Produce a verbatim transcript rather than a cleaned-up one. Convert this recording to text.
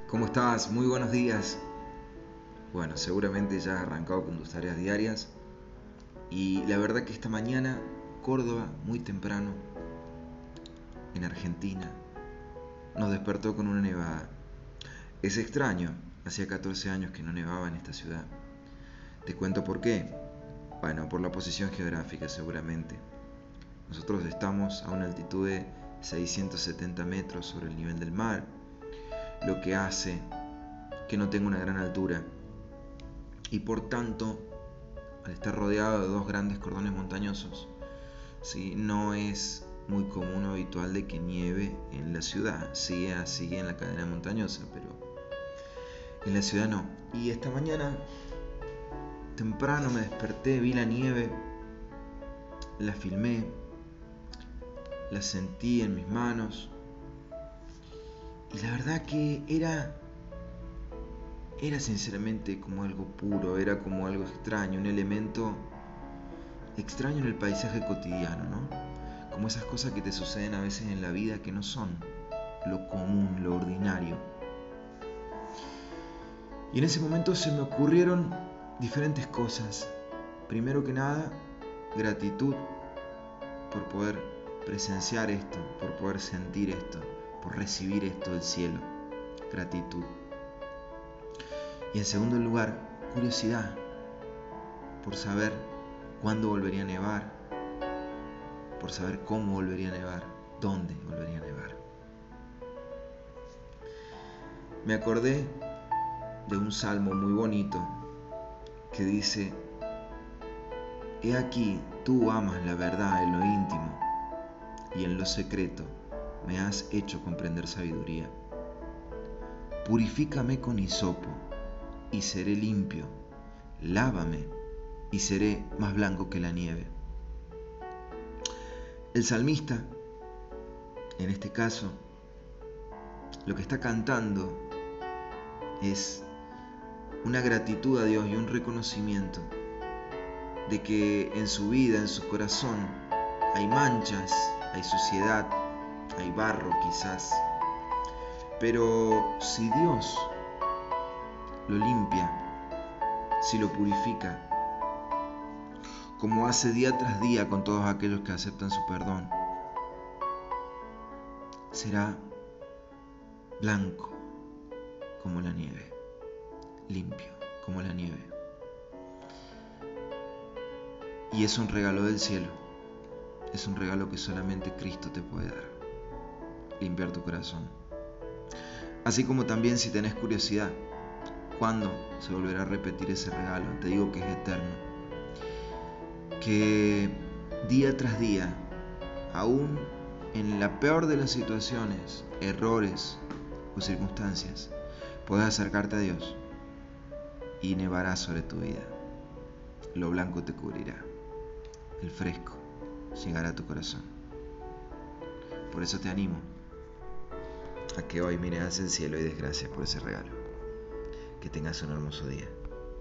¿Cómo estás? Muy buenos días. Bueno, seguramente ya has arrancado con tus tareas diarias y la verdad que esta mañana, Córdoba, muy temprano, en Argentina, nos despertó con una nevada. Es extraño, hacía catorce años que no nevaba en esta ciudad. Te cuento por qué. Bueno, por la posición geográfica seguramente. Nosotros estamos a una altitud de seiscientos setenta metros sobre el nivel del mar, lo que hace que no tenga una gran altura y por tanto, al estar rodeado de dos grandes cordones montañosos, ¿sí? No es muy común o habitual de que nieve en la ciudad. Sí, así en la cadena montañosa, pero en la ciudad no. Y esta mañana, temprano me desperté, vi la nieve, la filmé, la sentí en mis manos y la verdad que era Era sinceramente como algo puro, era como algo extraño, un elemento extraño en el paisaje cotidiano, ¿no? Como esas cosas que te suceden a veces en la vida que no son lo común, lo ordinario. Y en ese momento se me ocurrieron diferentes cosas. Primero que nada, gratitud por poder presenciar esto, por poder sentir esto, por recibir esto del cielo. Gratitud. Y en segundo lugar, curiosidad por saber cuándo volvería a nevar, por saber cómo volvería a nevar, dónde volvería a nevar. Me acordé de un salmo muy bonito que dice: He aquí, tú amas la verdad en lo íntimo y en lo secreto me has hecho comprender sabiduría. Purifícame con hisopo y seré limpio, lávame y seré más blanco que la nieve. El salmista, en este caso, lo que está cantando es una gratitud a Dios y un reconocimiento de que en su vida, en su corazón, hay manchas, hay suciedad, hay barro quizás, pero si Dios lo limpia, si lo purifica, como hace día tras día con todos aquellos que aceptan su perdón, será blanco como la nieve, limpio como la nieve. Y es un regalo del cielo, es un regalo que solamente Cristo te puede dar, limpiar tu corazón. Así como también, si tenés curiosidad, ¿cuándo se volverá a repetir ese regalo? Te digo que es eterno. Que día tras día, aún en la peor de las situaciones, errores o circunstancias, puedas acercarte a Dios y nevará sobre tu vida. Lo blanco te cubrirá, el fresco llegará a tu corazón. Por eso te animo a que hoy mires hacia el cielo y des gracias por ese regalo. Que tengas un hermoso día.